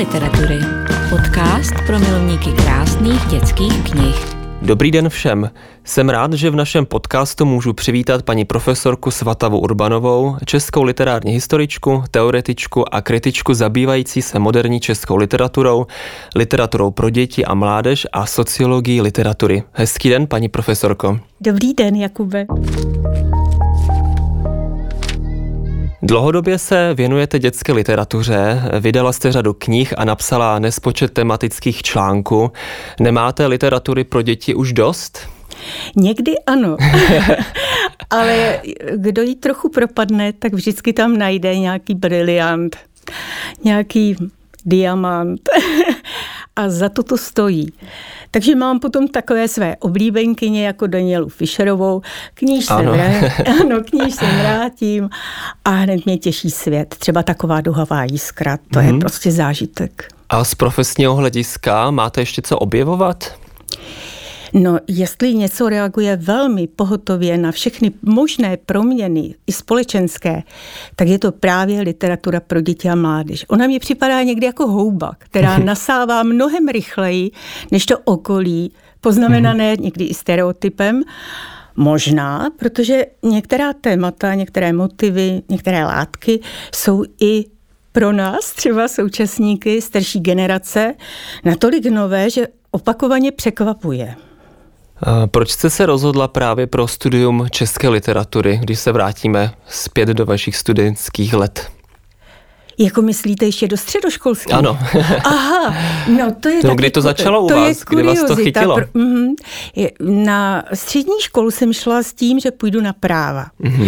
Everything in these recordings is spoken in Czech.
literatury. Podcast pro milovníky krásných dětských knih. Dobrý den všem. Jsem rád, že v našem podcastu můžu přivítat paní profesorku Svatavu Urbanovou, českou literární historičku, teoretičku a kritičku zabývající se moderní českou literaturou, literaturou pro děti a mládež a sociologií literatury. Hezký den, paní profesorko. Dobrý den, Jakube. Dlouhodobě se věnujete dětské literatuře, vydala jste řadu knih a napsala nespočet tematických článků. Nemáte literatury pro děti už dost? Někdy ano, ale kdo jí trochu propadne, tak vždycky tam najde nějaký briliant, nějaký diamant a za to stojí. Takže mám potom takové své oblíbenkyně jako Danielu Fischerovou, k níž se vrátím a hned mě těší svět. Třeba taková Duhavá jiskra, to je prostě zážitek. A z profesního hlediska máte ještě co objevovat? No, jestli něco reaguje velmi pohotově na všechny možné proměny, i společenské, tak je to právě literatura pro děti a mládež. Ona mi připadá někdy jako houba, která nasává mnohem rychleji, než to okolí, poznamenané někdy i stereotypem. Možná, protože některá témata, některé motivy, některé látky jsou i pro nás, třeba současníky, starší generace, natolik nové, že opakovaně překvapuje. Proč jste se rozhodla právě pro studium české literatury, když se vrátíme zpět do vašich studentských let? Jako myslíte ještě do středoškolských? Ano. Aha, no to je taky... Kdy to začalo u vás? Kdy vás to chytilo? Na střední školu jsem šla s tím, že půjdu na práva.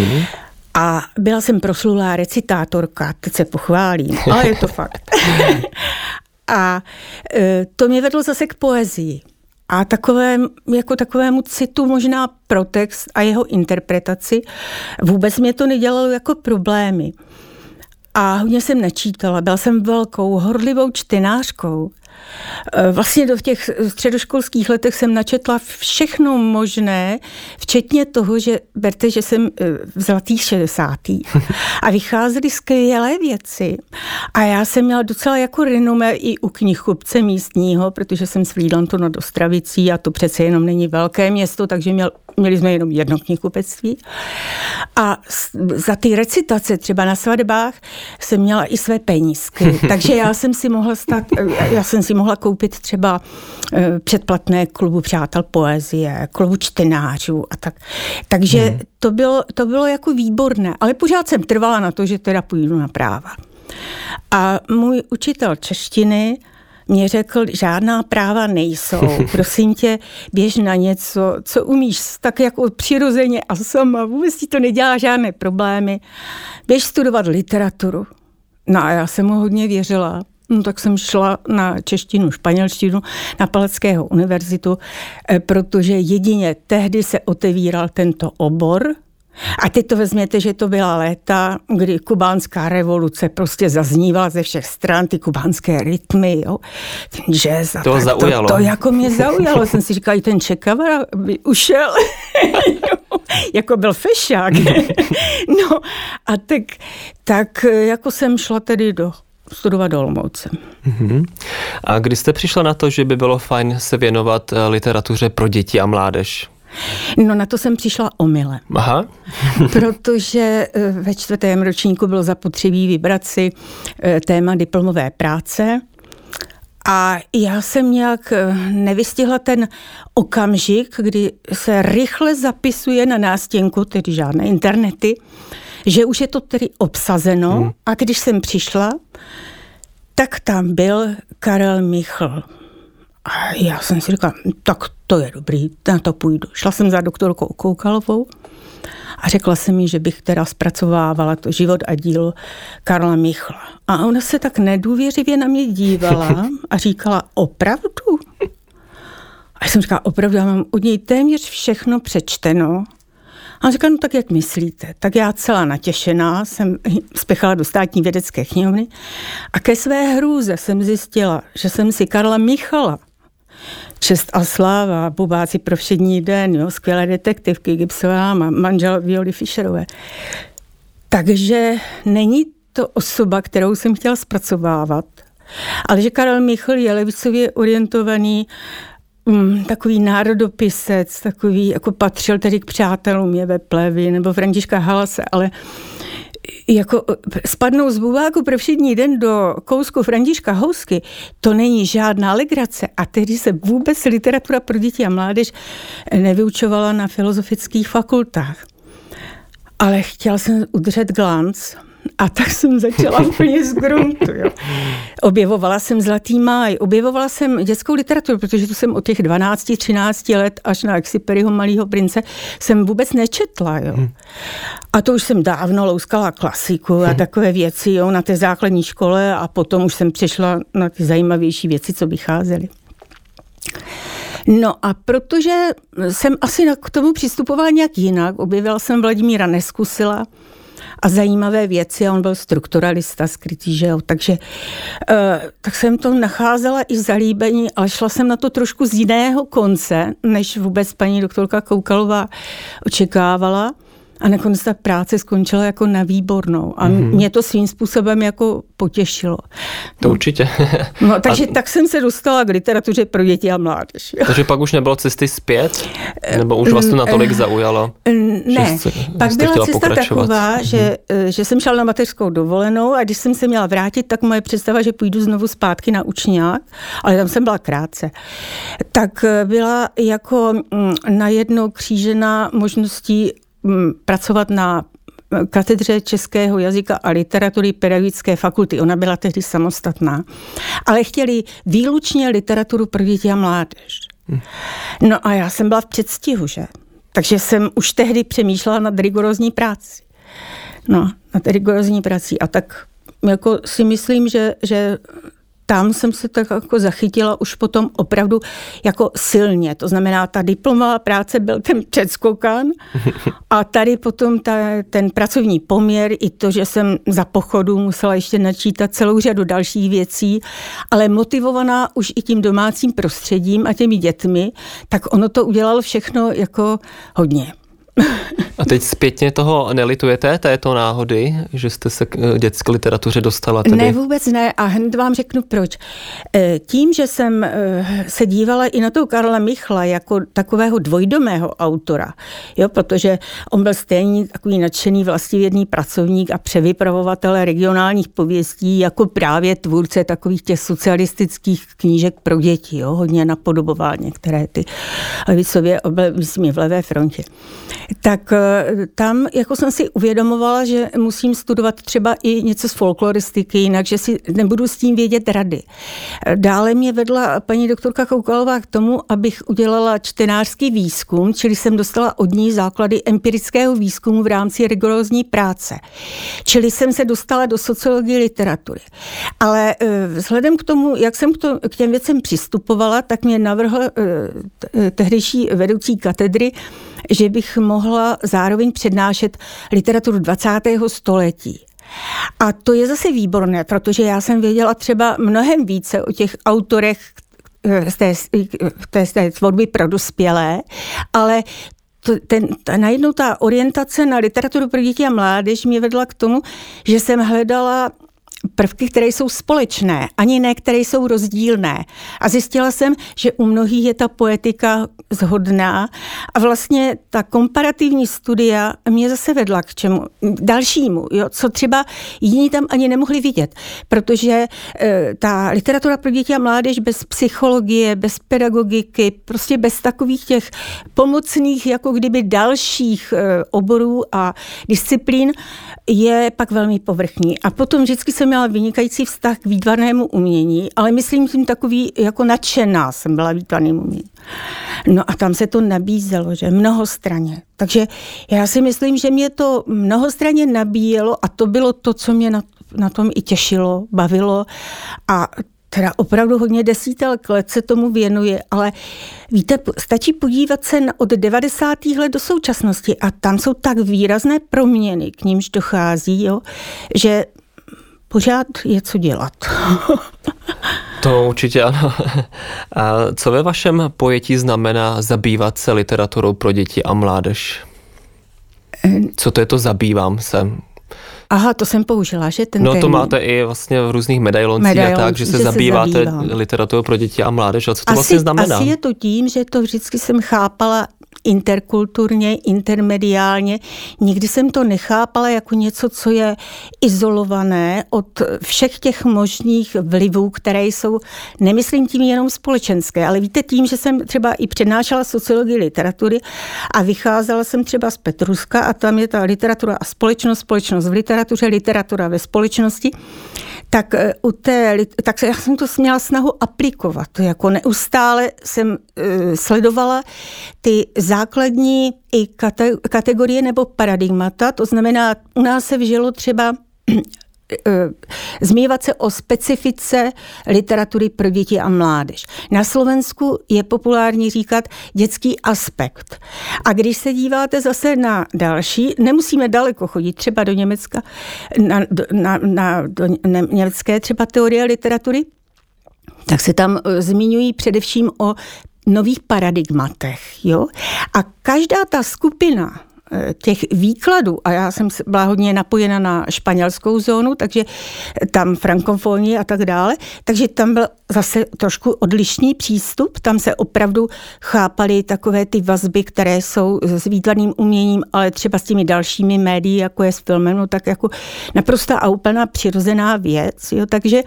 A byla jsem proslulá recitátorka, teď se pochválím, ale je to fakt. A to mě vedlo zase k poezii. A takovému citu možná pro text a jeho interpretaci. Vůbec mě to nedělalo jako problémy. A hodně jsem načítala. Byla jsem velkou, horlivou čtenářkou. Vlastně do těch středoškolských letech jsem načetla všechno možné, včetně toho, že berte, že jsem v zlatých 60. a vycházely skvělé věci. A já jsem měla docela jako renomé i u knihkupce místního, protože jsem z Frýdlantu nad Ostravicí a to přece jenom není velké město, takže měli jsme jenom jedno knihkupectví. A za ty recitace třeba na svatbách jsem měla i své penízky. Takže já jsem si mohla koupit třeba předplatné klubu přátel poezie, klubu čtenářů a tak. Takže to bylo jako výborné. Ale pořád jsem trvala na to, že teda půjdu na práva. A můj učitel češtiny mě řekl, žádná práva nejsou. Prosím tě, běž na něco, co umíš tak jako přirozeně a sama. Vůbec ti to nedělá žádné problémy. Běž studovat literaturu. No a já jsem mu hodně věřila. No, tak jsem šla na češtinu, španělštinu, na Palackého univerzitu, protože jedině tehdy se otevíral tento obor. A teď to vezměte, že to byla léta, kdy kubánská revoluce prostě zaznívala ze všech stran, ty kubánské rytmy, jo. Ten jazz a to tak, zaujalo. To jako mě zaujalo. Jsem si říkala, i ten Che Guevara by ušel, jako byl fešák. No a tak jako jsem šla tedy studovat do Olomouce. A kdy jste přišla na to, že by bylo fajn se věnovat literatuře pro děti a mládež? No na to jsem přišla omylem. Aha. Protože ve 4. ročníku bylo zapotřebí vybrat si téma diplomové práce a já jsem nějak nevystihla ten okamžik, kdy se rychle zapisuje na nástěnku, tedy žádné internety, že už je to tedy obsazeno a když jsem přišla, tak tam byl Karel Michl. A já jsem si říkala, tak to je dobrý, na to půjdu. Šla jsem za doktorkou Koukalovou a řekla jsem jí, že bych teda zpracovávala to život a dílo Karla Michla. A ona se tak nedůvěřivě na mě dívala a říkala, opravdu? A já jsem říkala, opravdu, já mám od něj téměř všechno přečteno. A on říkal, no tak jak myslíte? Tak já celá natěšená jsem spěchala do Státní vědecké knihovny a ke své hrůze jsem zjistila, že jsem si Karla Michala, Čest a sláva, Bubáci pro všední den, jo, skvělé detektivky, Gibsová, manžel Violy Fischerové. Takže není to osoba, kterou jsem chtěla zpracovávat, Ale že Karel Michl je levicově orientovaný, takový národopisec, takový, jako patřil tedy k přátelům Jeve Plevy nebo Františka Halase, ale jako spadnou z buváku pro všední den do kousku Františka Housky, to není žádná legrace. A tehdy se vůbec literatura pro děti a mládež nevyučovala na filozofických fakultách. Ale chtěla jsem udržet glanc a tak jsem začala úplně z gruntu. Jo. Objevovala jsem Zlatý máj, objevovala jsem dětskou literaturu, protože tu jsem od těch 12-13 let až na Exupéryho Malýho prince jsem vůbec nečetla. Jo. A to už jsem dávno louskala klasiku a takové věci, jo, na té základní škole a potom už jsem přešla na ty zajímavější věci, co vycházely. No a protože jsem asi k tomu přistupovala nějak jinak, objevila jsem Vladimíra Neskusila a zajímavé věci a on byl strukturalista skrytý, že jo, takže tak jsem to nacházela i zalíbení, ale šla jsem na to trošku z jiného konce, než vůbec paní doktorka Koukalová očekávala. A nakonec ta práce skončila jako na výbornou. A mě to svým způsobem jako potěšilo. To určitě. No, takže tak jsem se dostala k literatuře pro děti a mládež. Jo. Takže pak už nebylo cesty zpět? Nebo už vás to natolik zaujalo? Ne, pak byla cesta taková, že jsem šla na mateřskou dovolenou a když jsem se měla vrátit, tak moje představa, že půjdu znovu zpátky na učňák, ale tam jsem byla krátce, tak byla jako najednou křížená možností pracovat na katedře českého jazyka a literatury Pedagogické fakulty. Ona byla tehdy samostatná. Ale chtěli výlučně literaturu pro děti a mládež. No a já jsem byla v předstihu, že? Takže jsem už tehdy přemýšlela nad rigorózní práci. No, nad rigorózní prací. A tak jako si myslím, že tam jsem se tak jako zachytila už potom opravdu jako silně. To znamená, ta diplomová práce byl ten předskokan a tady potom ten pracovní poměr i to, že jsem za pochodu musela ještě načítat celou řadu dalších věcí, ale motivovaná už i tím domácím prostředím a těmi dětmi, tak ono to udělalo všechno jako hodně. A teď zpětně toho nelitujete, této náhody, že jste se k dětské literatuře dostala tedy? Ne, vůbec ne a hned vám řeknu proč. Tím, že jsem se dívala i na toho Karla Michla jako takového dvojdomého autora, jo, protože on byl stejný takový nadšený vlastivědný pracovník a převypravovatel regionálních pověstí jako právě tvůrce takových těch socialistických knížek pro děti, jo, hodně napodoboval některé ty levicově, myslím, v Levé frontě. Tak tam jako jsem si uvědomovala, že musím studovat třeba i něco z folkloristiky, jinak, že si nebudu s tím vědět rady. Dále mě vedla paní doktorka Koukalová k tomu, abych udělala čtenářský výzkum, čili jsem dostala od ní základy empirického výzkumu v rámci rigorózní práce. Čili jsem se dostala do sociologie literatury. Ale vzhledem k tomu, jak jsem k těm věcem přistupovala, tak mě navrhl tehdejší vedoucí katedry, že bych mohla zároveň přednášet literaturu 20. století. A to je zase výborné, protože já jsem věděla třeba mnohem více o těch autorech z té tvorby pro dospělé, ale najednou ta orientace na literaturu pro děti a mládež mě vedla k tomu, že jsem hledala prvky, které jsou společné, ani ne, které jsou rozdílné. A zjistila jsem, že u mnohých je ta poetika shodná a vlastně ta komparativní studia mě zase vedla k čemu dalšímu, jo, co třeba jiní tam ani nemohli vidět, protože ta literatura pro děti a mládež bez psychologie, bez pedagogiky, prostě bez takových těch pomocných, jako kdyby dalších oborů a disciplín je pak velmi povrchní. A potom vždycky jsem měla vynikající vztah k výtvarnému umění, ale myslím tím takový, jako nadšená jsem byla výtvarným uměním. No a tam se to nabízelo, že mnohostranně. Takže já si myslím, že mě to mnohostranně nabíjelo a to bylo to, co mě na tom i těšilo, bavilo a teda opravdu hodně desítek let se tomu věnuje, ale víte, stačí podívat se od 90. let do současnosti a tam jsou tak výrazné proměny, k nímž dochází, jo, že pořád je co dělat. To určitě ano. A co ve vašem pojetí znamená zabývat se literaturou pro děti a mládež? Co to je to zabývám se? Aha, to jsem použila, že ten termín. To máte i vlastně v různých medailoncích a tak, že se zabýváte literaturou pro děti a mládež. A co to vlastně znamená? Asi je to tím, že to vždycky jsem chápala interkulturně, intermediálně. Nikdy jsem to nechápala jako něco, co je izolované od všech těch možných vlivů, které jsou, nemyslím tím jenom společenské, ale víte, tím, že jsem třeba i přednášela sociologii literatury a vycházela jsem třeba z Petruska a tam je ta literatura a společnost v literatuře, literatura ve společnosti, tak já jsem to měla snahu aplikovat. Jako neustále jsem sledovala ty základní i kategorie nebo paradigmata, to znamená, u nás se vžilo třeba zmiňovat se o specifice literatury pro děti a mládež. Na Slovensku je populární říkat dětský aspekt. A když se díváte zase na další, nemusíme daleko chodit, třeba do Německa, do německé třeba teorie literatury, tak se tam zmiňují především o nových paradigmatech. Jo? A každá ta skupina těch výkladů, a já jsem byla hodně napojena na španělskou zónu, takže tam frankofonie a tak dále, takže tam byl zase trošku odlišný přístup, tam se opravdu chápaly takové ty vazby, které jsou s výtvarným uměním, ale třeba s těmi dalšími médii, jako je s filmem, no tak jako naprosto a úplná přirozená věc, jo, takže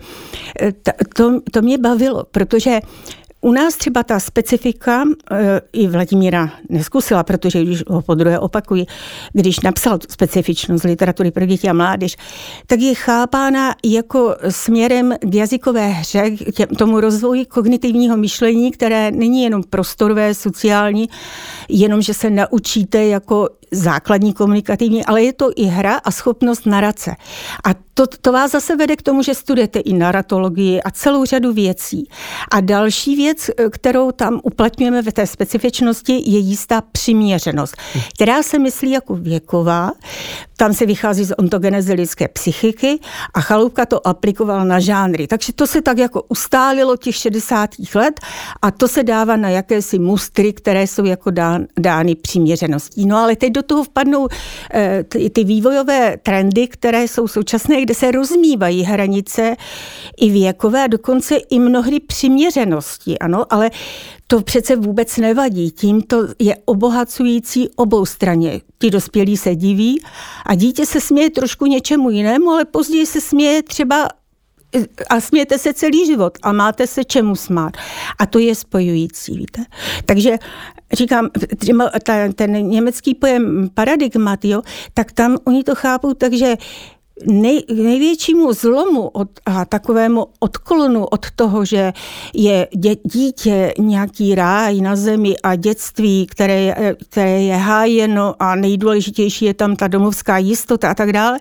to mě bavilo, protože u nás třeba ta specifika, i Vladimíra neskusila, protože když ho podruhé opakuji, když napsal specifičnost literatury pro děti a mládež, tak je chápána jako směrem k jazykové hře, k tomu rozvoji kognitivního myšlení, které není jenom prostorové, sociální, jenom, že se naučíte jako základní komunikativní, ale je to i hra a schopnost narace. A to vás zase vede k tomu, že studujete i narratologii a celou řadu věcí. A další věc, kterou tam uplatňujeme ve té specifičnosti, je jistá přiměřenost, která se myslí jako věková. Tam se vychází z ontogeneze lidské psychiky a Chaloupka to aplikoval na žánry. Takže to se tak jako ustálilo těch 60. let a to se dává na jakési mustry, které jsou jako dány přiměřeností. No ale teď do toho vpadnou ty vývojové trendy, které jsou současné, kde se rozmývají hranice i věkové a dokonce i mnohdy přiměřenosti. Ano, ale to přece vůbec nevadí. Tímto je obohacující obou straně. Ti dospělí se diví a dítě se směje trošku něčemu jinému, ale později se směje třeba a smějete se celý život a máte se čemu smát. A to je spojující, víte. Takže říkám, ten německý pojem paradigmat, jo, tak tam oni to chápou, takže největšímu zlomu a takovému odklonu od toho, že je dítě nějaký ráj na zemi a dětství, které je hájeno a nejdůležitější je tam ta domovská jistota a tak dále,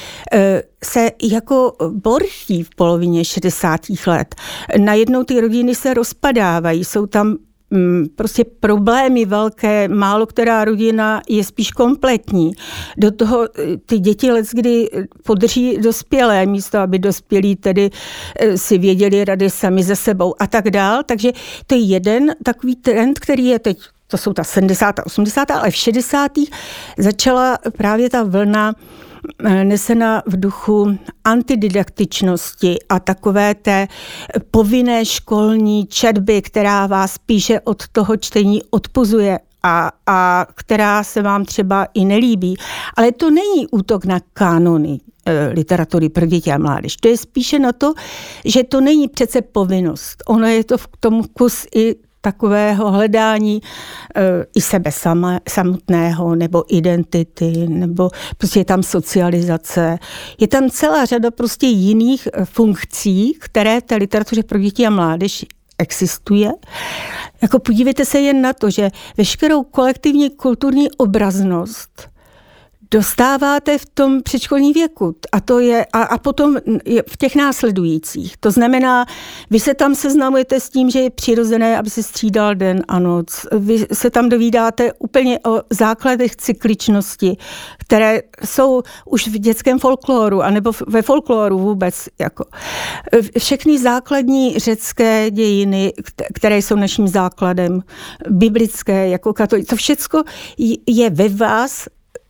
se jako borší v polovině 60. let. Najednou ty rodiny se rozpadávají, jsou tam prostě problémy velké, málo která rodina je spíš kompletní. Do toho ty děti leckdy podrží dospělé, místo aby dospělí tedy si věděli rady sami ze sebou a tak dál. Takže to je jeden takový trend, který je teď, to jsou ta 70. a 80. ale v 60. začala právě ta vlna nesena v duchu antididaktičnosti a takové té povinné školní četby, která vás spíše od toho čtení odpuzuje a která se vám třeba i nelíbí. Ale to není útok na kanony literatury pro děti a mládež. To je spíše na to, že to není přece povinnost. Ono je to v tom kus i takového hledání i sebe samotného, nebo identity, nebo prostě je tam socializace. Je tam celá řada prostě jiných funkcí, které té literatuře pro děti a mládež existuje. Jako podívejte se jen na to, že veškerou kolektivní kulturní obraznost dostáváte v tom předškolním věku a to je a potom v těch následujících. To znamená, vy se tam seznamujete s tím, že je přirozené, aby se střídal den a noc. Vy se tam dovídáte úplně o základech cykličnosti, které jsou už v dětském folkloru, anebo ve folkloru vůbec. Jako. Všechny základní řecké dějiny, které jsou naším základem, biblické, jako katolické, to všecko je ve vás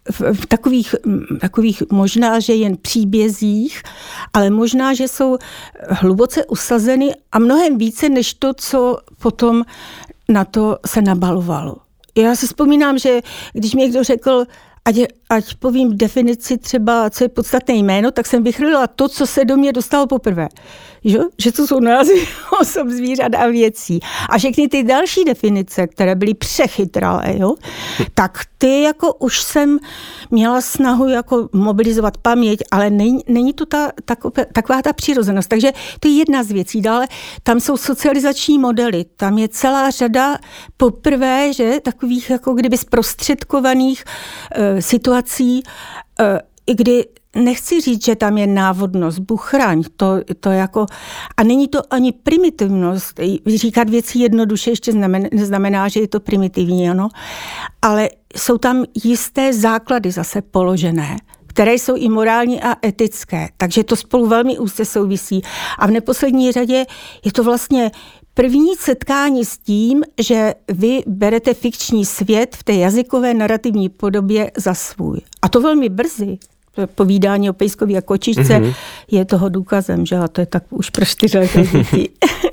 v takových možná, že jen příbězích, ale možná, že jsou hluboce usazeny a mnohem více, než to, co potom na to se nabalovalo. Já si vzpomínám, že když mi někdo řekl, ať povím definici třeba, co je podstatné jméno, tak jsem vychrlila to, co se do mě dostalo poprvé. Že to jsou názvy osob, zvířat a věcí. A všechny ty další definice, které byly přechytralé, tak ty jako už jsem měla snahu jako mobilizovat paměť, ale není to taková ta přirozenost. Takže to je jedna z věcí. Dále tam jsou socializační modely. Tam je celá řada poprvé, že takových jako kdyby zprostředkovaných situací, i kdy nechci říct, že tam je návodnost, buchraň, to jako, a není to ani primitivnost, říkat věci jednoduše ještě neznamená, že je to primitivní, ano, ale jsou tam jisté základy zase položené, které jsou i morální a etické, takže to spolu velmi úzce souvisí. A v neposlední řadě je to vlastně první setkání s tím, že vy berete fikční svět v té jazykové narrativní podobě za svůj. A to velmi brzy. Povídání o pejskovi a kočičce je toho důkazem, že? A to je tak už pro 4leté děti.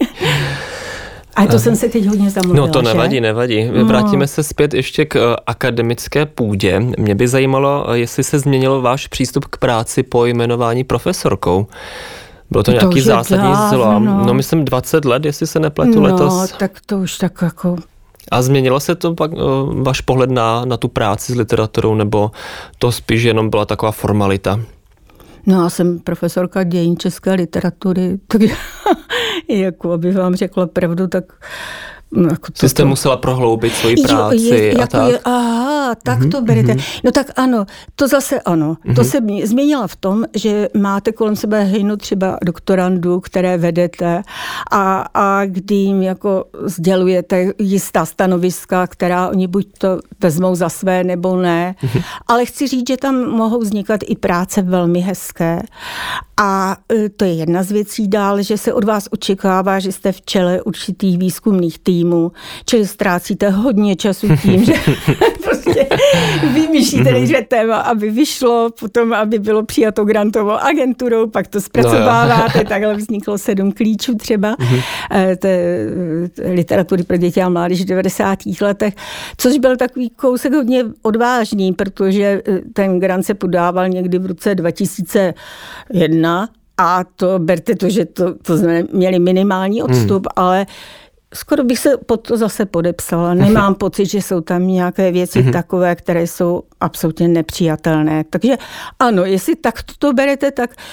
A to jsem se teď hodně zamluvila. No to nevadí. Vrátíme se zpět ještě k akademické půdě. Mě by zajímalo, jestli se změnil váš přístup k práci po jmenování profesorkou. Bylo to nějaký zásadní zlom. No myslím 20 let, jestli se nepletu letos. No, tak to už tak jako... A změnilo se to pak váš pohled na tu práci s literaturou, nebo to spíš jenom byla taková formalita? No, já jsem profesorka dějin české literatury, tak jako abych vám řekla pravdu, tak... Jako jste musela prohloubit svoji práci a tak? Tak to berete. No tak ano, to zase ano. To se změnila v tom, že máte kolem sebe hejnu třeba doktorandů, které vedete a kdy jim jako sdělujete jistá stanoviska, která oni buď to vezmou za své nebo ne. Ale chci říct, že tam mohou vznikat i práce velmi hezké. A to je jedna z věcí dál, že se od vás očekává, že jste v čele určitých výzkumných týmů, čili ztrácíte hodně času tím, že prostě vymýšlíte nejdříve téma, aby vyšlo, potom, aby bylo přijato grantovou agenturou, pak to zpracováváte, takhle vzniklo 7 klíčů třeba literatury pro děti a mládež v 90. letech, což byl takový kousek hodně odvážný, protože ten grant se podával někdy v roce 2001 a to berte to, že to měli minimální odstup, ale skoro bych se pod to zase podepsala. Nemám pocit, že jsou tam nějaké věci takové, které jsou absolutně nepřijatelné. Takže ano, jestli tak to berete,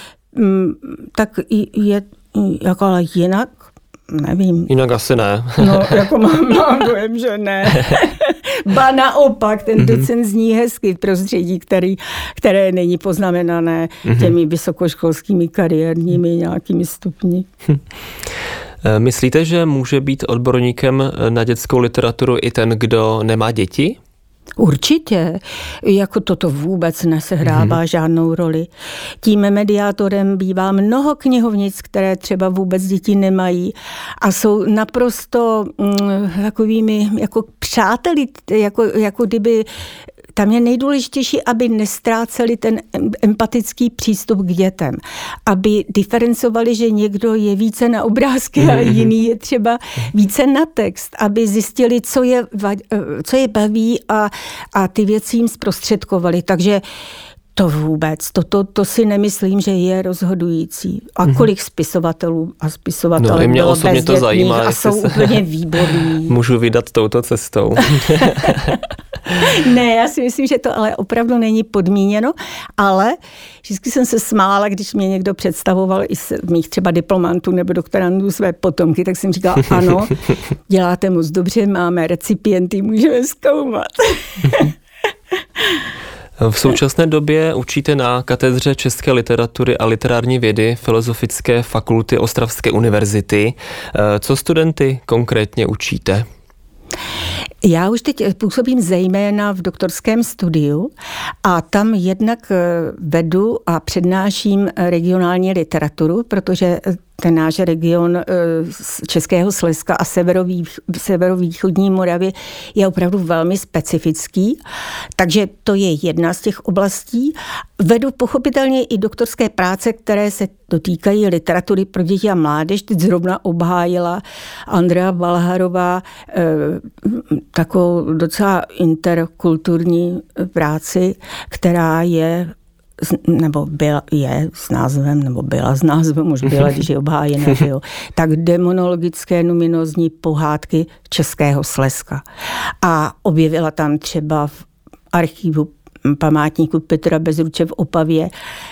tak je jako ale jinak, nevím. Jinak asi ne. No, jako mám dojem, že ne. Ba naopak, ten docent zní hezky v prostředí, které není poznamenané těmi vysokoškolskými kariérními nějakými stupni. Myslíte, že může být odborníkem na dětskou literaturu i ten, kdo nemá děti? Určitě. Jako toto vůbec nesehrává žádnou roli. Tím mediátorem bývá mnoho knihovnic, které třeba vůbec děti nemají a jsou naprosto takovými jako přáteli, jako kdyby tam je nejdůležitější, aby nestráceli ten empatický přístup k dětem. Aby diferencovali, že někdo je více na obrázky a jiný je třeba více na text. Aby zjistili, co je baví a ty věci jim zprostředkovali. Takže to vůbec, to si nemyslím, že je rozhodující. A kolik spisovatelů a spisovatelů mě bylo osobně to zajímá, a jsou úplně výborní. Můžu vydat touto cestou. Ne, já si myslím, že to ale opravdu není podmíněno, ale vždycky jsem se smála, když mě někdo představoval i z mých třeba diplomantů nebo doktorandů své potomky, tak jsem říkala, ano, děláte moc dobře, máme recipienty, můžeme zkoumat. V současné době učíte na katedře české literatury a literární vědy Filozofické fakulty Ostravské univerzity. Co studenty konkrétně učíte? Já už teď působím zejména v doktorském studiu a tam jednak vedu a přednáším regionální literaturu, protože ten náš region z Českého Slezska a severovýchodní Moravy je opravdu velmi specifický, takže to je jedna z těch oblastí. Vedu pochopitelně i doktorské práce, které se dotýkají literatury pro děti a mládež. Teď zrovna obhájila Andrea Balharová takovou docela interkulturní práci, která je byla s názvem, už byla, když je obhájena, že jo, tak demonologické numinózní pohádky Českého Slezska. A objevila tam třeba v archivu památníku Petra Bezruče v Opavě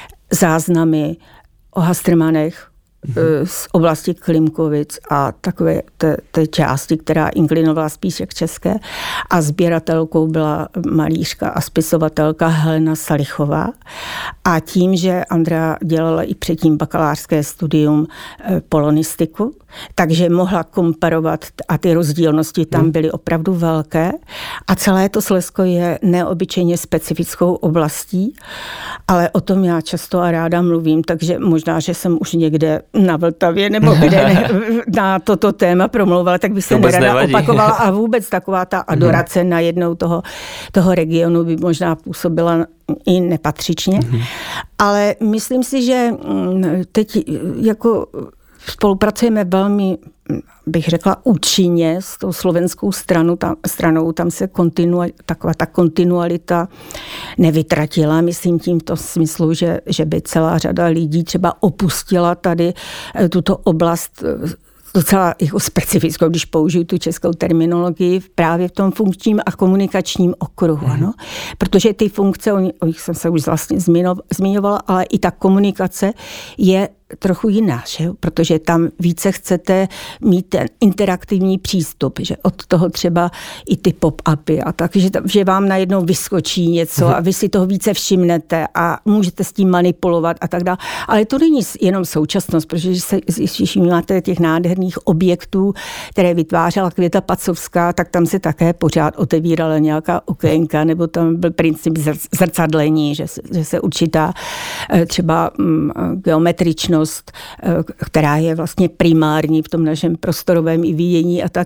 záznamy o Hastrmanech z oblasti Klimkovic a takové té části, která inklinovala spíše k české. A sběratelkou byla malířka a spisovatelka Helena Salichová. A tím, že Andrea dělala i předtím bakalářské studium polonistiku, takže mohla komparovat a ty rozdílnosti tam byly opravdu velké. A celé to Slezsko je neobyčejně specifickou oblastí, ale o tom já často a ráda mluvím, takže možná, že jsem už někde na Vltavě nebo kde na toto téma promlouvala, tak bych se nerada opakovala a vůbec taková ta adorace najednou toho regionu by možná působila i nepatřičně. Ale myslím si, že teď jako spolupracujeme velmi, bych řekla, účinně s tou slovenskou stranou. Tam se taková ta kontinualita nevytratila. Myslím tím v tom smyslu, že by celá řada lidí třeba opustila tady tuto oblast docela jako specifickou, když použiju tu českou terminologii, právě v tom funkčním a komunikačním okruhu. Ano? Protože ty funkce, o nich jsem se už vlastně zmiňovala, ale i ta komunikace je trochu jiná, že? Protože tam více chcete mít ten interaktivní přístup, že od toho třeba i ty pop-upy a tak, že vám najednou vyskočí něco a vy si toho více všimnete a můžete s tím manipulovat a tak dále. Ale to není jenom současnost, protože když máte těch nádherných objektů, které vytvářela Květa Pacovská, tak tam se také pořád otevírala nějaká okénka, nebo tam byl princip zrcadlení, že se určitá třeba geometričnost, která je vlastně primární v tom našem prostorovém i vidění a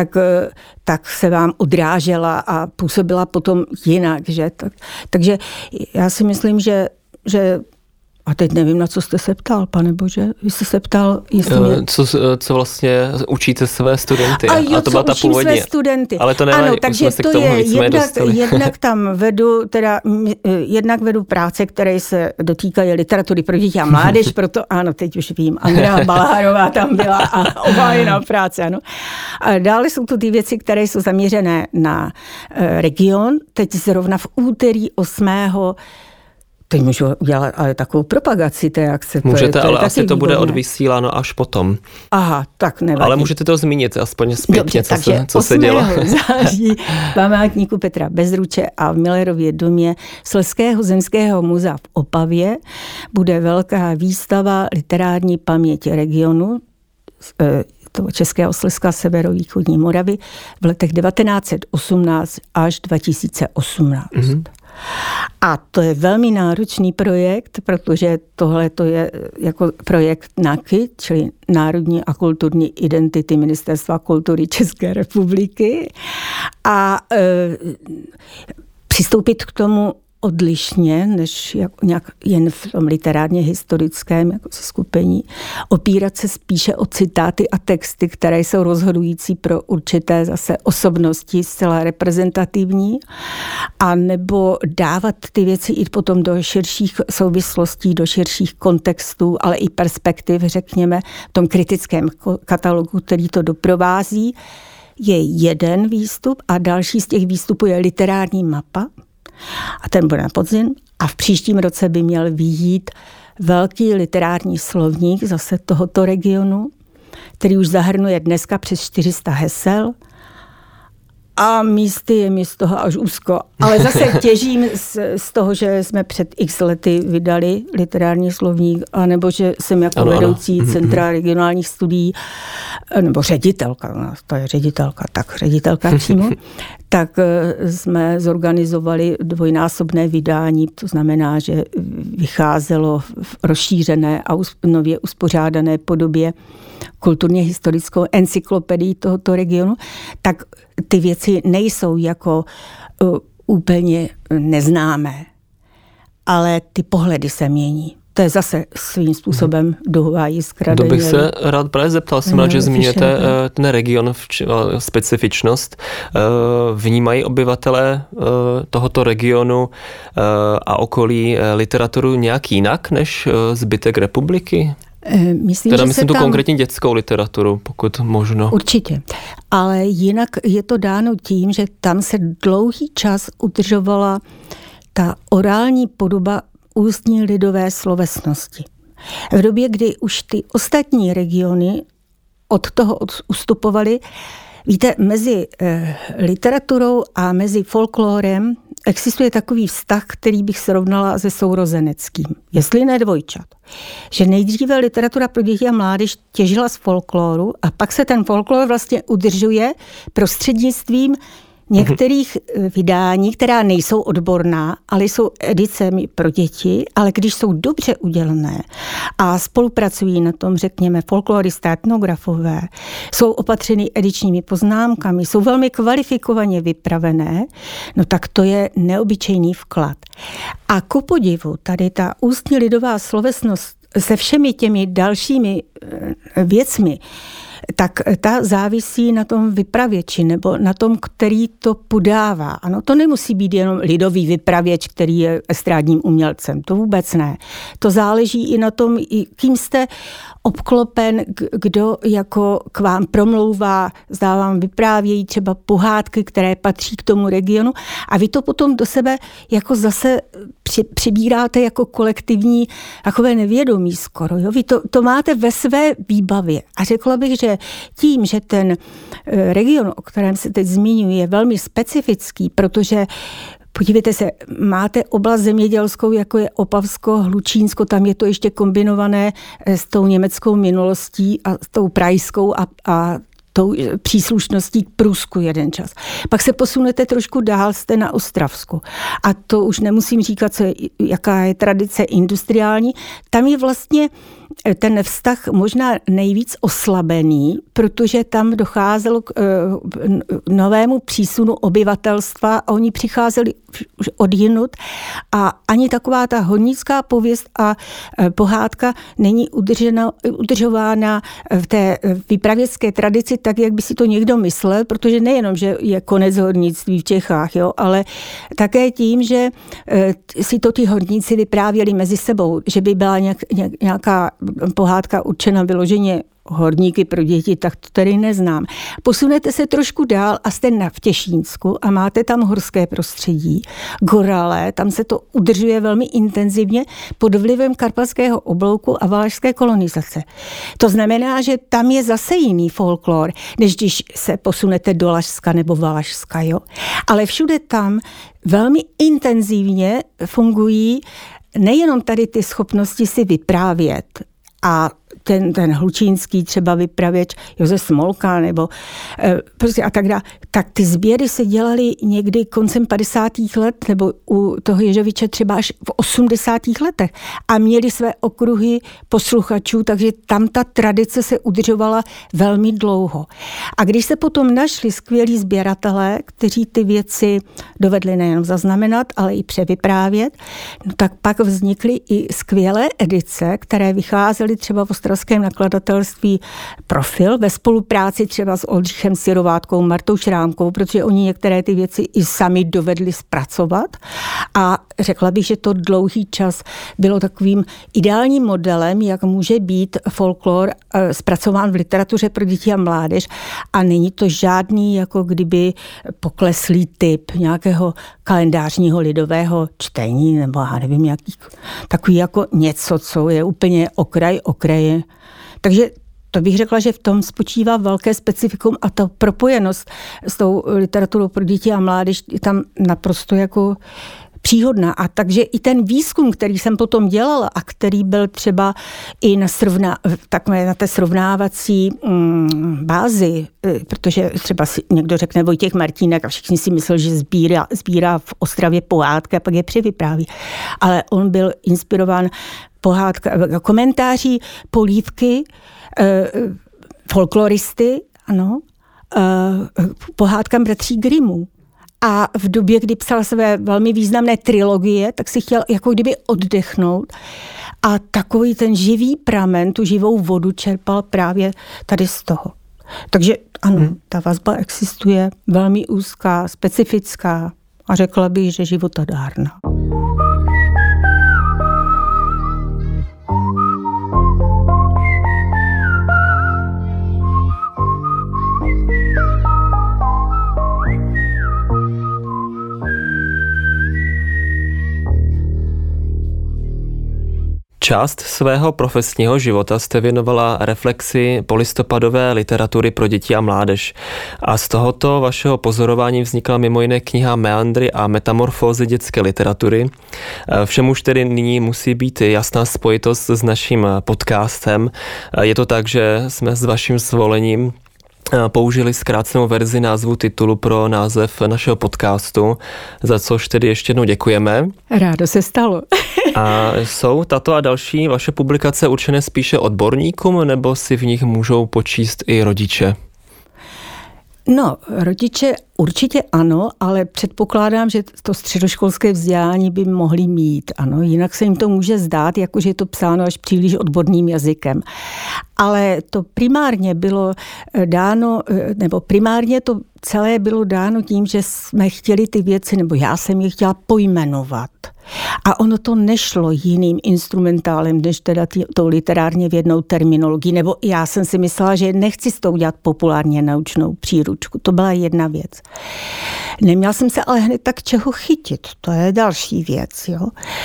tak se vám odrážela a působila potom jinak. Že? Takže já si myslím, že a teď nevím, na co jste se ptal, pane Bože. Vy jste se ptal, jestli mě... Co vlastně učíte své studenty? A to byla ta původní. Své studenty. Ale to nevadí, takže to je jednak vedu práce, které se dotýkají literatury pro děti a mládež, proto ano, teď už vím, Andrea Balharová tam byla a obhájená práce, ano. A dále jsou to ty věci, které jsou zaměřené na region. Teď zrovna v úterý 8. Teď můžu udělat ale takovou propagaci té akce. Můžete, ale asi to bude odvysíláno až potom. Aha, tak nevadí. Ale můžete to zmínit aspoň zpětně, co se dělo. září památníku Petra Bezruče a v Millerově domě Slezského zemského muzea v Opavě bude velká výstava literární paměti regionu toho Českého Slezska, severovýchodní Moravy v letech 1918 až 2018. A to je velmi náročný projekt, protože tohle to je jako projekt NAKY, čili Národní a kulturní identity Ministerstva kultury České republiky. A přistoupit k tomu odlišně, než nějak jen v tom literárně historickém jako seskupení, opírat se spíše o citáty a texty, které jsou rozhodující pro určité zase osobnosti zcela reprezentativní, a nebo dávat ty věci i potom do širších souvislostí, do širších kontextů, ale i perspektiv, řekněme, v tom kritickém katalogu, který to doprovází, je jeden výstup a další z těch výstupů je literární mapa. A ten bude na podzim a v příštím roce by měl vyjít velký literární slovník zase tohoto regionu, který už zahrnuje dneska přes 400 hesel a místy je mi z toho až úzko. Ale zase těžím z toho, že jsme před x lety vydali literární slovník, anebo že jsem jako vedoucí Centra regionálních studií, nebo ředitelka, to je ředitelka přímo, tak jsme zorganizovali dvojnásobné vydání, to znamená, že vycházelo v rozšířené a nově uspořádané podobě kulturně historickou encyklopedii tohoto regionu, tak ty věci nejsou jako úplně neznámé, ale ty pohledy se mění. To je zase svým způsobem duhová jiskra. To bych se rád právě zeptal, jsem rád, že zmiňujete ten region, specifičnost. Vnímají obyvatelé tohoto regionu a okolí literaturu nějak jinak než zbytek republiky? Myslím tu konkrétní dětskou literaturu, pokud možno. Určitě. Ale jinak je to dáno tím, že tam se dlouhý čas udržovala ta orální podoba ústní lidové slovesnosti. V době, kdy už ty ostatní regiony od toho ustupovaly, víte, mezi literaturou a mezi folklórem existuje takový vztah, který bych srovnala se sourozeneckým, jestli ne dvojčat. Že nejdříve literatura pro děti a mládež těžila z folklóru a pak se ten folklór vlastně udržuje prostřednictvím některých vydání, která nejsou odborná, ale jsou edicemi pro děti, ale když jsou dobře udělané a spolupracují na tom, řekněme, folkloristé, etnografové, jsou opatřeny edičními poznámkami, jsou velmi kvalifikovaně vypravené, no tak to je neobyčejný vklad. A ku podivu, tady ta ústní lidová slovesnost se všemi těmi dalšími věcmi, tak ta závisí na tom vypravěči nebo na tom, který to podává. Ano, to nemusí být jenom lidový vypravěč, který je estrádním umělcem. To vůbec ne. To záleží i na tom, kým jste obklopen, kdo jako k vám promlouvá, zdá vám vyprávějí třeba pohádky, které patří k tomu regionu a vy to potom do sebe jako zase přibíráte jako kolektivní takové nevědomí skoro. Jo? Vy to máte ve své výbavě. A řekla bych, že tím, že ten region, o kterém se teď zmiňuji, je velmi specifický, protože podívejte se, máte oblast zemědělskou, jako je Opavsko, Hlučínsko, tam je to ještě kombinované s tou německou minulostí a s tou prajskou a tou příslušností k Prusku jeden čas. Pak se posunete trošku dál, jste na Ostravsku. A to už nemusím říkat, jaká je tradice industriální. Tam je vlastně ten vztah možná nejvíc oslabený, protože tam docházelo k novému přísunu obyvatelstva a oni přicházeli už odjinud a ani taková ta hornická pověst a pohádka není udržována v té vypravěcké tradici tak, jak by si to někdo myslel, protože nejenom, že je konec hornictví v Čechách, jo, ale také tím, že si to ty horníci vyprávěli mezi sebou, že by byla nějaká pohádka určena vyloženě horníky pro děti, tak to tady neznám. Posunete se trošku dál a jste v Těšínsku a máte tam horské prostředí, Gorale, tam se to udržuje velmi intenzivně pod vlivem karpatského oblouku a valašské kolonizace. To znamená, že tam je zase jiný folklor, než když se posunete do Lašska nebo Valašska, jo. Ale všude tam velmi intenzivně fungují nejenom tady ty schopnosti si vyprávět a ten hlučínský třeba vypravěč Josef Smolka nebo prostě a tak dále, tak ty sběry se dělaly někdy koncem 50. let nebo u toho Ježoviče třeba až v 80. letech a měli své okruhy posluchačů, takže tam ta tradice se udržovala velmi dlouho. A když se potom našli skvělí sběratelé, kteří ty věci dovedli nejen zaznamenat, ale i převyprávět, no tak pak vznikly i skvělé edice, které vycházely třeba v ostravském nakladatelství Profil ve spolupráci třeba s Oldřichem Sirovátkou, Martou Šrámkou, protože oni některé ty věci i sami dovedli zpracovat a řekla bych, že to dlouhý čas bylo takovým ideálním modelem, jak může být folklor zpracován v literatuře pro děti a mládež a není to žádný jako kdyby pokleslý typ nějakého kalendářního lidového čtení nebo já nevím, nějaký takový jako něco, co je úplně okraje. Takže to bych řekla, že v tom spočívá velké specifikum a ta propojenost s tou literaturou pro děti a mládež je tam naprosto jako příhodná. A takže i ten výzkum, který jsem potom dělala a který byl třeba i na té srovnávací bázi, protože třeba si někdo řekne Vojtěch Martínek a všichni si mysleli, že sbírá v Ostravě pohádky a pak je převypráví. Ale on byl inspirován komentáří Polívky, folkloristy, ano, pohádkám bratří Grimmů. A v době, kdy psal své velmi významné trilogie, tak si chtěl jako kdyby oddechnout. A takový ten živý pramen, tu živou vodu čerpal právě tady z toho. Takže ano, ta vazba existuje, velmi úzká, specifická a řekla bych, že životadárná. Část svého profesního života jste věnovala reflexi polistopadové literatury pro děti a mládež. A z tohoto vašeho pozorování vznikla mimo jiné kniha Meandry a metamorfózy dětské literatury. Všem už tedy nyní musí být jasná spojitost s naším podcastem. Je to tak, že jsme s vaším svolením použili zkrácenou verzi názvu titulu pro název našeho podcastu, za což tedy ještě jednou děkujeme. Rádo se stalo. A jsou tato a další vaše publikace určené spíše odborníkům, nebo si v nich můžou počíst i rodiče? No, rodiče určitě ano, ale předpokládám, že to středoškolské vzdělání by mohli mít, ano, jinak se jim to může zdát, jakože je to psáno až příliš odborným jazykem. Ale to primárně bylo dáno, nebo primárně to celé bylo dáno tím, že jsme chtěli ty věci, nebo já jsem je chtěla pojmenovat. A ono to nešlo jiným instrumentálem, než teda tou literárně vědnou terminologií, nebo já jsem si myslela, že nechci s tou dělat populárně naučnou příručku. To byla jedna věc. Neměla jsem se ale hned tak čeho chytit. To je další věc. Jo?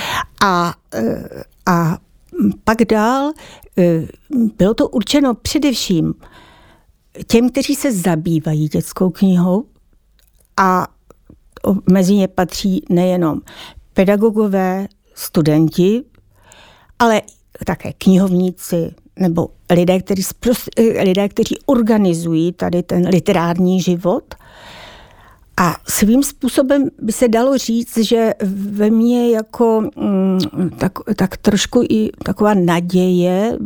A pak dál bylo to určeno především těm, kteří se zabývají dětskou knihou a mezi ně patří nejenom pedagogové, studenti, ale také knihovníci nebo lidé, kteří organizují tady ten literární život. A svým způsobem by se dalo říct, že ve mně jako tak trošku i taková naděje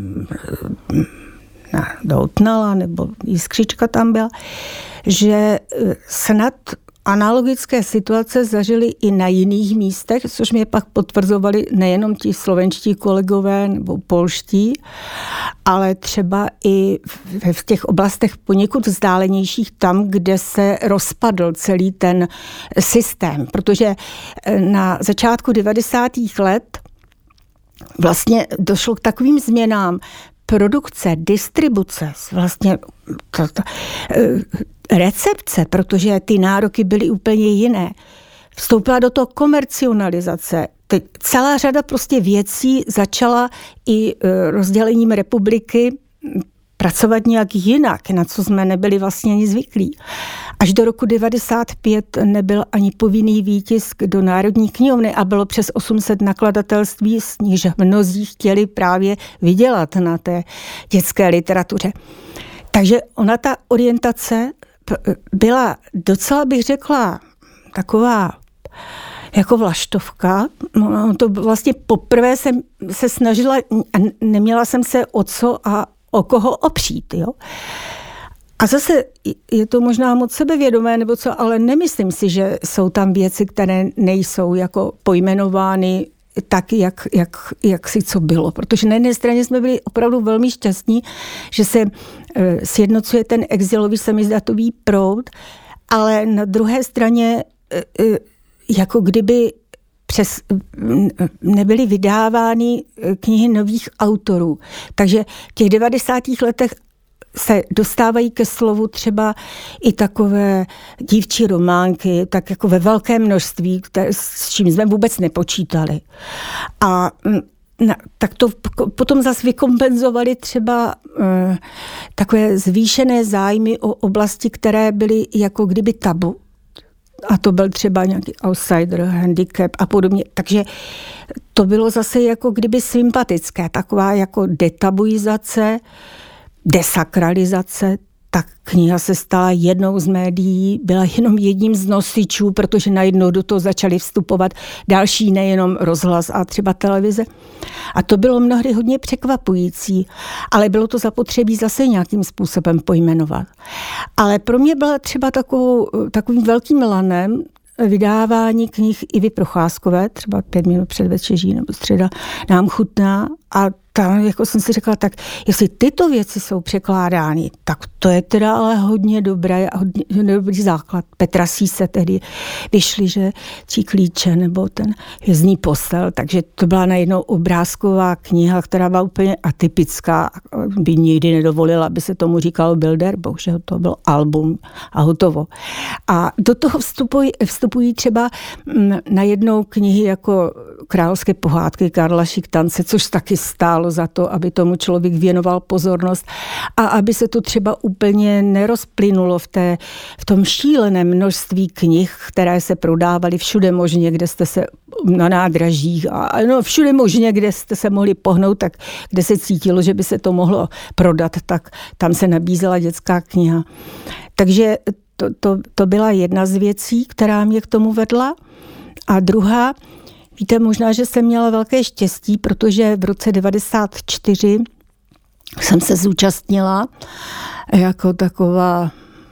doutnala, nebo jiskřička tam byla, že snad analogické situace zažili i na jiných místech, což mě pak potvrzovali nejenom ti slovenští kolegové nebo polští, ale třeba i v těch oblastech poněkud vzdálenějších tam, kde se rozpadl celý ten systém. Protože na začátku 90. let vlastně došlo k takovým změnám produkce, distribuce, vlastně recepce, protože ty nároky byly úplně jiné. Vstoupila do toho komercionalizace. Teď celá řada prostě věcí začala i rozdělením republiky pracovat nějak jinak, na co jsme nebyli vlastně ani zvyklí. Až do roku 95 nebyl ani povinný výtisk do Národní knihovny a bylo přes 800 nakladatelství, z nichž mnozí chtěli právě vydělat na té dětské literatuře. Takže ona ta orientace byla docela, bych řekla, taková jako vlaštovka. No, to vlastně poprvé jsem se snažila a neměla jsem se o co a o koho opřít. Jo? A zase je to možná moc sebevědomé, nebo co, ale nemyslím si, že jsou tam věci, které nejsou jako pojmenovány tak, jak si co bylo. Protože na jedné straně jsme byli opravdu velmi šťastní, že se sjednocuje ten exilový samizdatový proud, ale na druhé straně jako kdyby nebyly vydávány knihy nových autorů. Takže v těch 90. letech se dostávají ke slovu třeba i takové dívčí románky, tak jako ve velkém množství, s čím jsme vůbec nepočítali. A tak to potom zase vykompenzovali třeba takové zvýšené zájmy o oblasti, které byly jako kdyby tabu. A to byl třeba nějaký outsider, handicap a podobně. Takže to bylo zase jako kdyby sympatické. Taková jako detabuizace, desakralizace. Ta kniha se stala jednou z médií, byla jenom jedním z nosičů, protože najednou do toho začaly vstupovat další, nejenom rozhlas a třeba televize. A to bylo mnohdy hodně překvapující, ale bylo to zapotřebí zase nějakým způsobem pojmenovat. Ale pro mě byla třeba takovým velkým lanem vydávání knih Ivy Procházkové, třeba 5 minut před večeří nebo Středa nám chutná, a tam jako jsem si řekla, tak jestli tyto věci jsou překládány, tak to je teda ale hodně dobré a hodně dobrý základ. Petra Síse tehdy vyšly, že Či klíče nebo ten Hvězdný postel, takže to byla najednou obrázková kniha, která byla úplně atypická, by nikdy nedovolila, aby se tomu říkalo Bilder, bohužel to bylo album a hotovo. A do toho vstupují třeba najednou knihy jako Královské pohádky Karla Šiktance, což taky stálo za to, aby tomu člověk věnoval pozornost a aby se to třeba úplně nerozplynulo v tom šíleném množství knih, které se prodávaly všude možně, kde jste se na nádražích a všude možně, kde jste se mohli pohnout, tak kde se cítilo, že by se to mohlo prodat, tak tam se nabízela dětská kniha. Takže to byla jedna z věcí, která mě k tomu vedla. A druhá, víte, možná, že jsem měla velké štěstí, protože v roce 1994 jsem se zúčastnila jako taková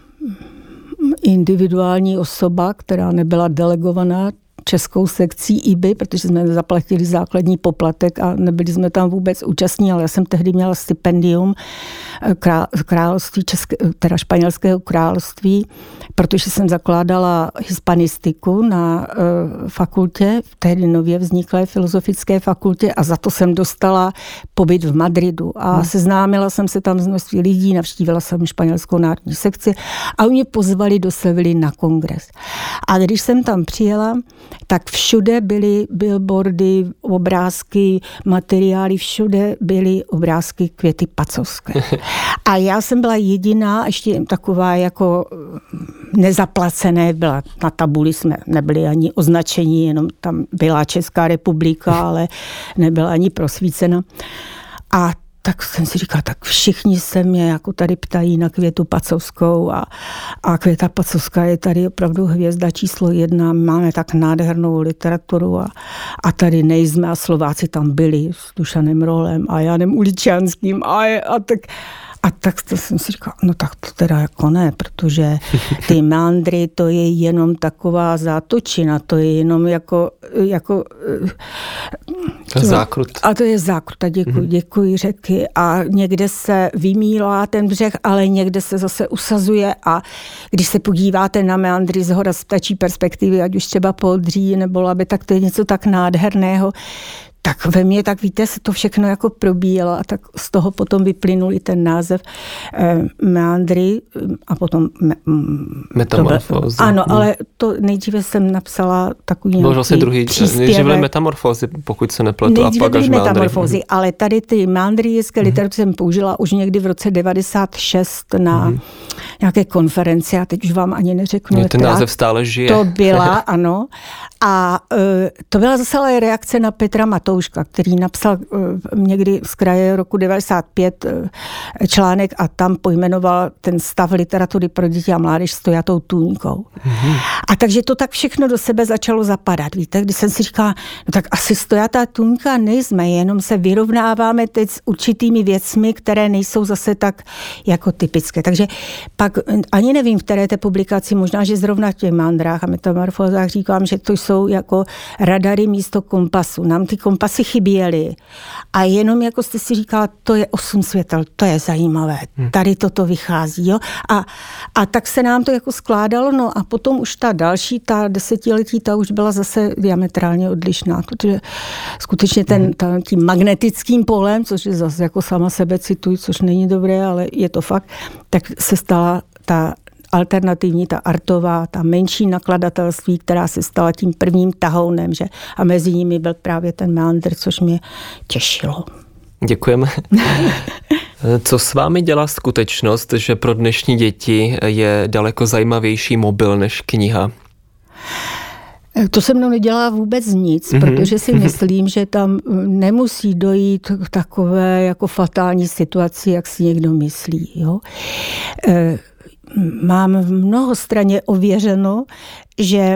individuální osoba, která nebyla delegovaná českou sekcí IBY, protože jsme zaplatili základní poplatek a nebyli jsme tam vůbec účastní, ale já jsem tehdy měla stipendium království teda Španělského království, protože jsem zakládala hispanistiku na fakultě, tehdy nově vzniklé filozofické fakultě, a za to jsem dostala pobyt v Madridu a seznámila jsem se tam s množství lidí, navštívila jsem španělskou národní sekci a oni mě pozvali do Sevilly na kongres. A když jsem tam přijela, tak všude byly billboardy, obrázky, materiály, všude byly obrázky Květy Pacovské. A já jsem byla jediná, ještě taková jako nezaplacené, byla na tabuli, jsme nebyli ani označení, jenom tam byla Česká republika, ale nebyla ani prosvícena. A tak jsem si říkala, tak všichni se mě jako tady ptají na Květu Pacovskou a Květa Pacovská je tady opravdu hvězda číslo 1, máme tak nádhernou literaturu a tady nejsme a Slováci tam byli s Dušanem Rolem a Janem Uličanským a tak to jsem si říkala, no tak to teda jako ne, protože ty meandry, to je jenom taková zátočina, to je jenom jako zákrut. A to je zákrut, a děkuji řeky a někde se vymýlá ten břeh, ale někde se zase usazuje a když se podíváte na meandry z hora z ptačí perspektivy, ať už třeba Poodří nebo Labe, tak to je něco tak nádherného. Tak ve mně, tak víte, se to všechno jako probíjelo a tak z toho potom vyplynul i ten název meandry a potom metamorfózy. Ano, ale to nejdříve jsem napsala takový byl vlastně druhý, nejdříve byly metamorfózy, pokud se nepletu, a pak až metamorfózy, ale tady ty meandrijské literatury jsem použila už někdy v roce 96 na nějaké konferenci a teď už vám ani neřeknu. Ten název stále žije. To byla, ano. A to byla zase ale reakce na Petra Matouška, který napsal někdy z kraje roku 95 článek a tam pojmenoval ten stav literatury pro děti a mládež stojatou tůňkou. A takže to tak všechno do sebe začalo zapadat. Víte, když jsem si říkala, no tak asi stojatá tůňka nejsme, jenom se vyrovnáváme teď s určitými věcmi, které nejsou zase tak jako typické. Takže pak ani nevím, v které té publikaci, možná, že zrovna v těch meandrách a metamorfózách říkám, že to jsou jako radary místo kompasu. Nám ty kompasy chyběly a jenom jako jste si říkala, to je 8 světel, to je zajímavé, tady toto vychází. Jo? A tak se nám to jako skládalo, no a potom už ta další, ta desetiletí, ta už byla zase diametrálně odlišná, protože skutečně tím magnetickým polem, což je zase jako sama sebe cituji, což není dobré, ale je to fakt, tak se stala ta alternativní, ta artová, ta menší nakladatelství, která se stala tím prvním tahounem, že? A mezi nimi byl právě ten meandr, což mě těšilo. Děkujeme. Co s vámi dělá skutečnost, že pro dnešní děti je daleko zajímavější mobil než kniha? To se mnou nedělá vůbec nic, protože si myslím, že tam nemusí dojít k takové jako fatální situaci, jak si někdo myslí. Jo? Mám mnohostranně ověřeno, že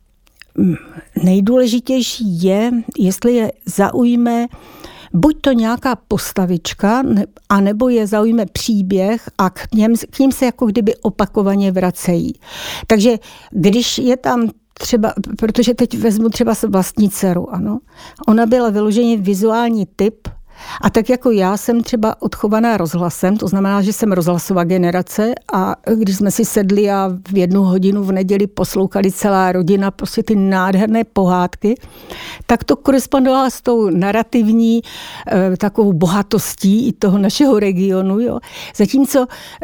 nejdůležitější je, jestli je zaujme buď to nějaká postavička, anebo je zaujme příběh a k ním se jako kdyby opakovaně vracejí. Takže když je tam třeba, protože teď vezmu třeba vlastní dceru, ano. Ona byla vyloženě vizuální typ a tak jako já jsem třeba odchovaná rozhlasem, to znamená, že jsem rozhlasová generace a když jsme si sedli a v 1 hodinu v neděli poslouchali celá rodina prostě ty nádherné pohádky, tak to korespondovalo s tou narrativní takovou bohatostí i toho našeho regionu. Jo. Zatímco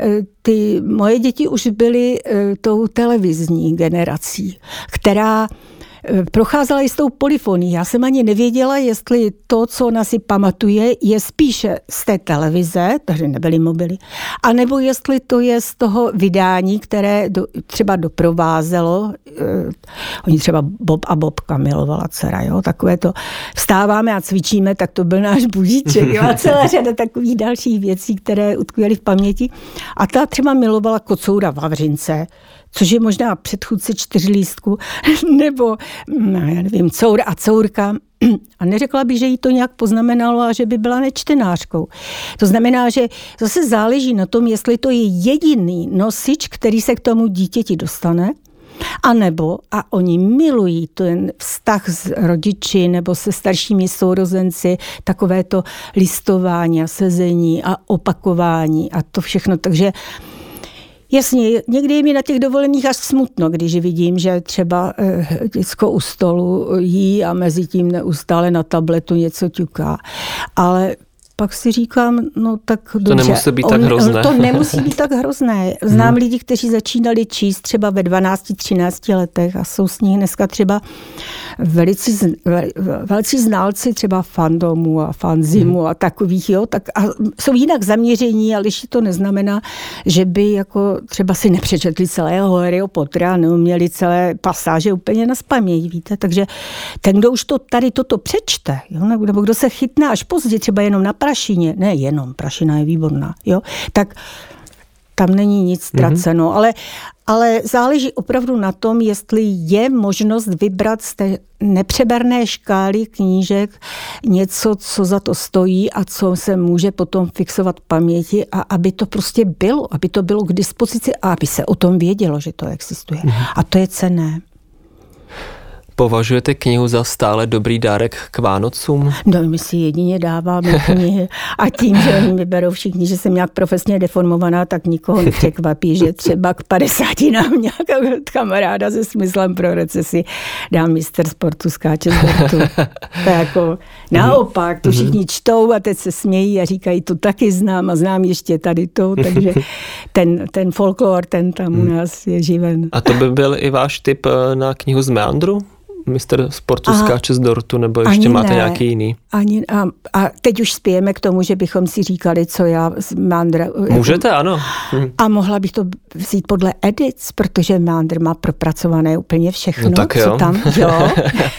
ty moje děti už byly tou televizní generací, která procházela jistou polyfonii. Já jsem ani nevěděla, jestli to, co ona si pamatuje, je spíše z té televize, takže nebyly mobily, anebo jestli to je z toho vydání, které třeba doprovázelo. Oni třeba Bob a Bobka milovala dcera, jo? Takové to vstáváme a cvičíme, tak to byl náš budíček. Jo? A celá řada takových dalších věcí, které utkvěly v paměti. A ta třeba milovala Kocoura Vavřince, což je možná předchůdce 4lístku, nebo, já nevím, Cour a Courka. A neřekla bych, že jí to nějak poznamenalo a že by byla nečtenářkou. To znamená, že zase záleží na tom, jestli to je jediný nosič, který se k tomu dítěti dostane, anebo, a oni milují ten vztah s rodiči nebo se staršími sourozenci, takové to listování a sezení a opakování a to všechno. Takže jasně, někdy je mi na těch dovolených až smutno, když vidím, že třeba děcko u stolu jí a mezi tím neustále na tabletu něco ťuká. Ale pak si říkám, no tak dobře. To nemusí být tak hrozné. To nemusí být tak hrozné. Znám lidi, kteří začínali číst třeba ve 12-13 letech a jsou s nich dneska třeba velcí znalci třeba fandomu a fanzimu a takových, jo, tak a jsou jinak zaměření, ale ještě to neznamená, že by jako třeba si nepřečetli celého Harryho Pottera a neuměli celé pasáže úplně nazpaměť, víte, takže ten, kdo už to tady toto přečte, jo, nebo kdo se chytne až pozdě, třeba jenom na prašině, ne jenom, prašina je výborná, jo, tak tam není nic ztraceno, ale záleží opravdu na tom, jestli je možnost vybrat z té nepřeberné škály knížek něco, co za to stojí a co se může potom fixovat v paměti a aby to prostě bylo, aby to bylo k dispozici a aby se o tom vědělo, že to existuje. A to je cenné. Považujete knihu za stále dobrý dárek k Vánocům? No, my si jedině dáváme knihy a tím, že oni mi berou všichni, že jsem nějak profesně deformovaná, tak nikoho nepřekvapí, že třeba k 50 nám nějaká kamaráda se smyslem pro recesi dám mistr sportu skáče z dortu. To je jako naopak, to všichni čtou a teď se smějí a říkají, to taky znám a znám ještě tady to, takže ten folklor, ten tam u nás je živen. A to by byl i váš tip na knihu z Meandru? Mistr sportu skáče z dortu, nebo ještě máte nějaký jiný? A teď už spějeme k tomu, že bychom si říkali, co já z Meandra... Můžete, ano. A mohla bych to vzít podle Edic, protože Meandr má propracované úplně všechno, no tak jo. Co tam, jo.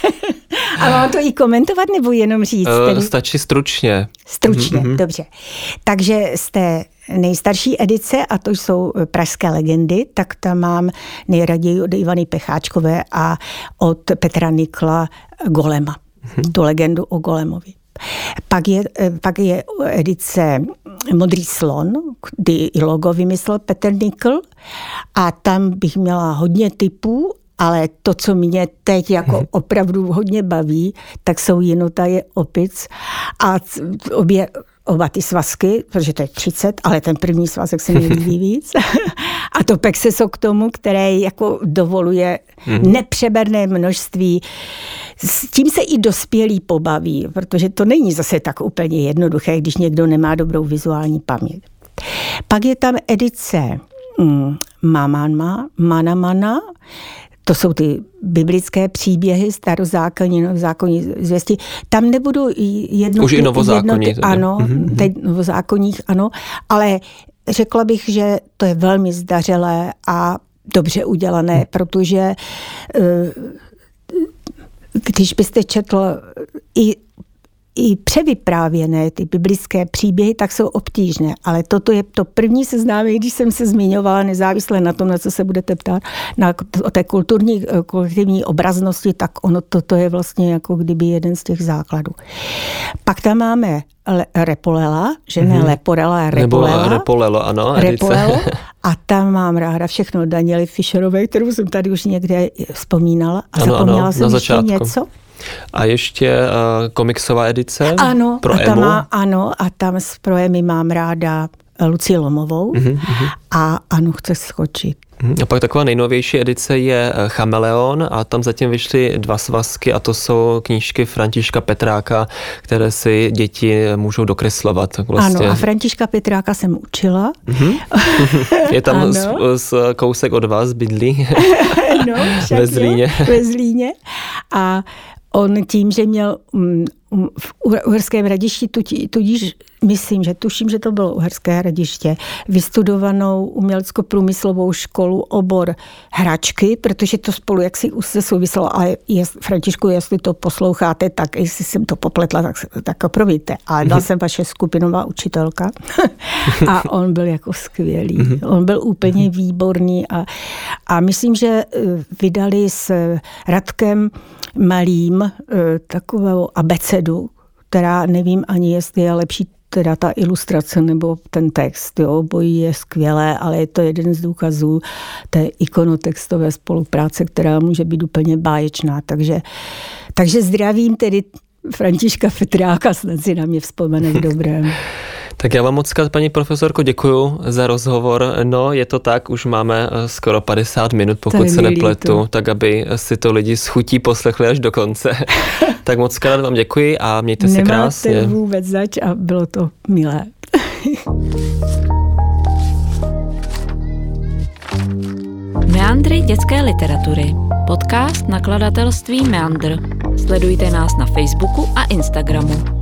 A mám to i komentovat, nebo jenom říct? Stačí stručně. Stručně, dobře. Takže z té nejstarší edice, a to jsou Pražské legendy, tak tam mám nejraději od Ivany Pecháčkové a od Petra Nikla Golema. Tu legendu o Golemovi. Pak je edice Modrý slon, kdy i logo vymyslel Petr Nikl a tam bych měla hodně tipů, ale to, co mě teď jako opravdu hodně baví, tak jsou Jinotaje opic a oba ty svazky, protože to je 30, ale ten první svazek se mi líbí víc. A to Pexeso k tomu, které jako dovoluje nepřeberné množství. S tím se i dospělí pobaví, protože to není zase tak úplně jednoduché, když někdo nemá dobrou vizuální paměť. Pak je tam edice Manamana, to jsou ty biblické příběhy, starozákonní, novozákonní zvěsti. Tam nebudu už i novozákonní. Ano, teď novozákonních, ano, ale řekla bych, že to je velmi zdařilé a dobře udělané, protože když byste četl i převyprávěné ty biblické příběhy, tak jsou obtížné. Ale toto je to první seznámení, když jsem se zmiňovala, nezávisle na tom, na co se budete ptát, o té kolektivní obraznosti, tak toto je vlastně jako kdyby jeden z těch základů. Pak tam máme Repolela, že ne Leporela, Repolela. Nebo Repolelo, ano. Repolelo. A tam mám ráda všechno Daniely Fischerové, kterou jsem tady už někde vzpomínala. A zapomněla jsem ještě něco. A ještě komiksová edice pro Emu. A tam pro Emy mám ráda Lucii Lomovou a Anu chce skočit. A pak taková nejnovější edice je Chameleon a tam zatím vyšly 2 svazky a to jsou knížky Františka Petráka, které si děti můžou dokreslovat. Vlastně. Ano, a Františka Petráka jsem učila. Je tam kousek od vás bydlí ve Zlíně. Ve Zlíně. A on tím, že měl v Uherském Hradišti, tudíž tuším, že to bylo Uherské Hradiště, vystudovanou umělecko-průmyslovou školu obor hračky, protože to spolu jaksi se souviselo, ale Františku, jestli to posloucháte, tak jestli jsem to popletla, tak províte. Ale byla jsem vaše skupinová učitelka a on byl jako skvělý. On byl úplně výborný a myslím, že vydali s Radkem Malým takovou abecedu, která nevím ani, jestli je lepší teda ta ilustrace nebo ten text. Obojí je skvělé, ale je to jeden z důkazů té ikonotextové spolupráce, která může být úplně báječná. Takže zdravím tedy Františka Petráka, snad si na mě vzpomene v dobrém. Tak já vám moc krát, paní profesorko, děkuju za rozhovor. No, je to tak, už máme skoro 50 minut, pokud se nepletu, tak aby si to lidi s chutí poslechli až do konce. Tak moc krát vám děkuji a mějte se krásně. Nemáte vůbec zač a bylo to milé. Meandry dětské literatury. Podcast nakladatelství Meandr. Sledujte nás na Facebooku a Instagramu.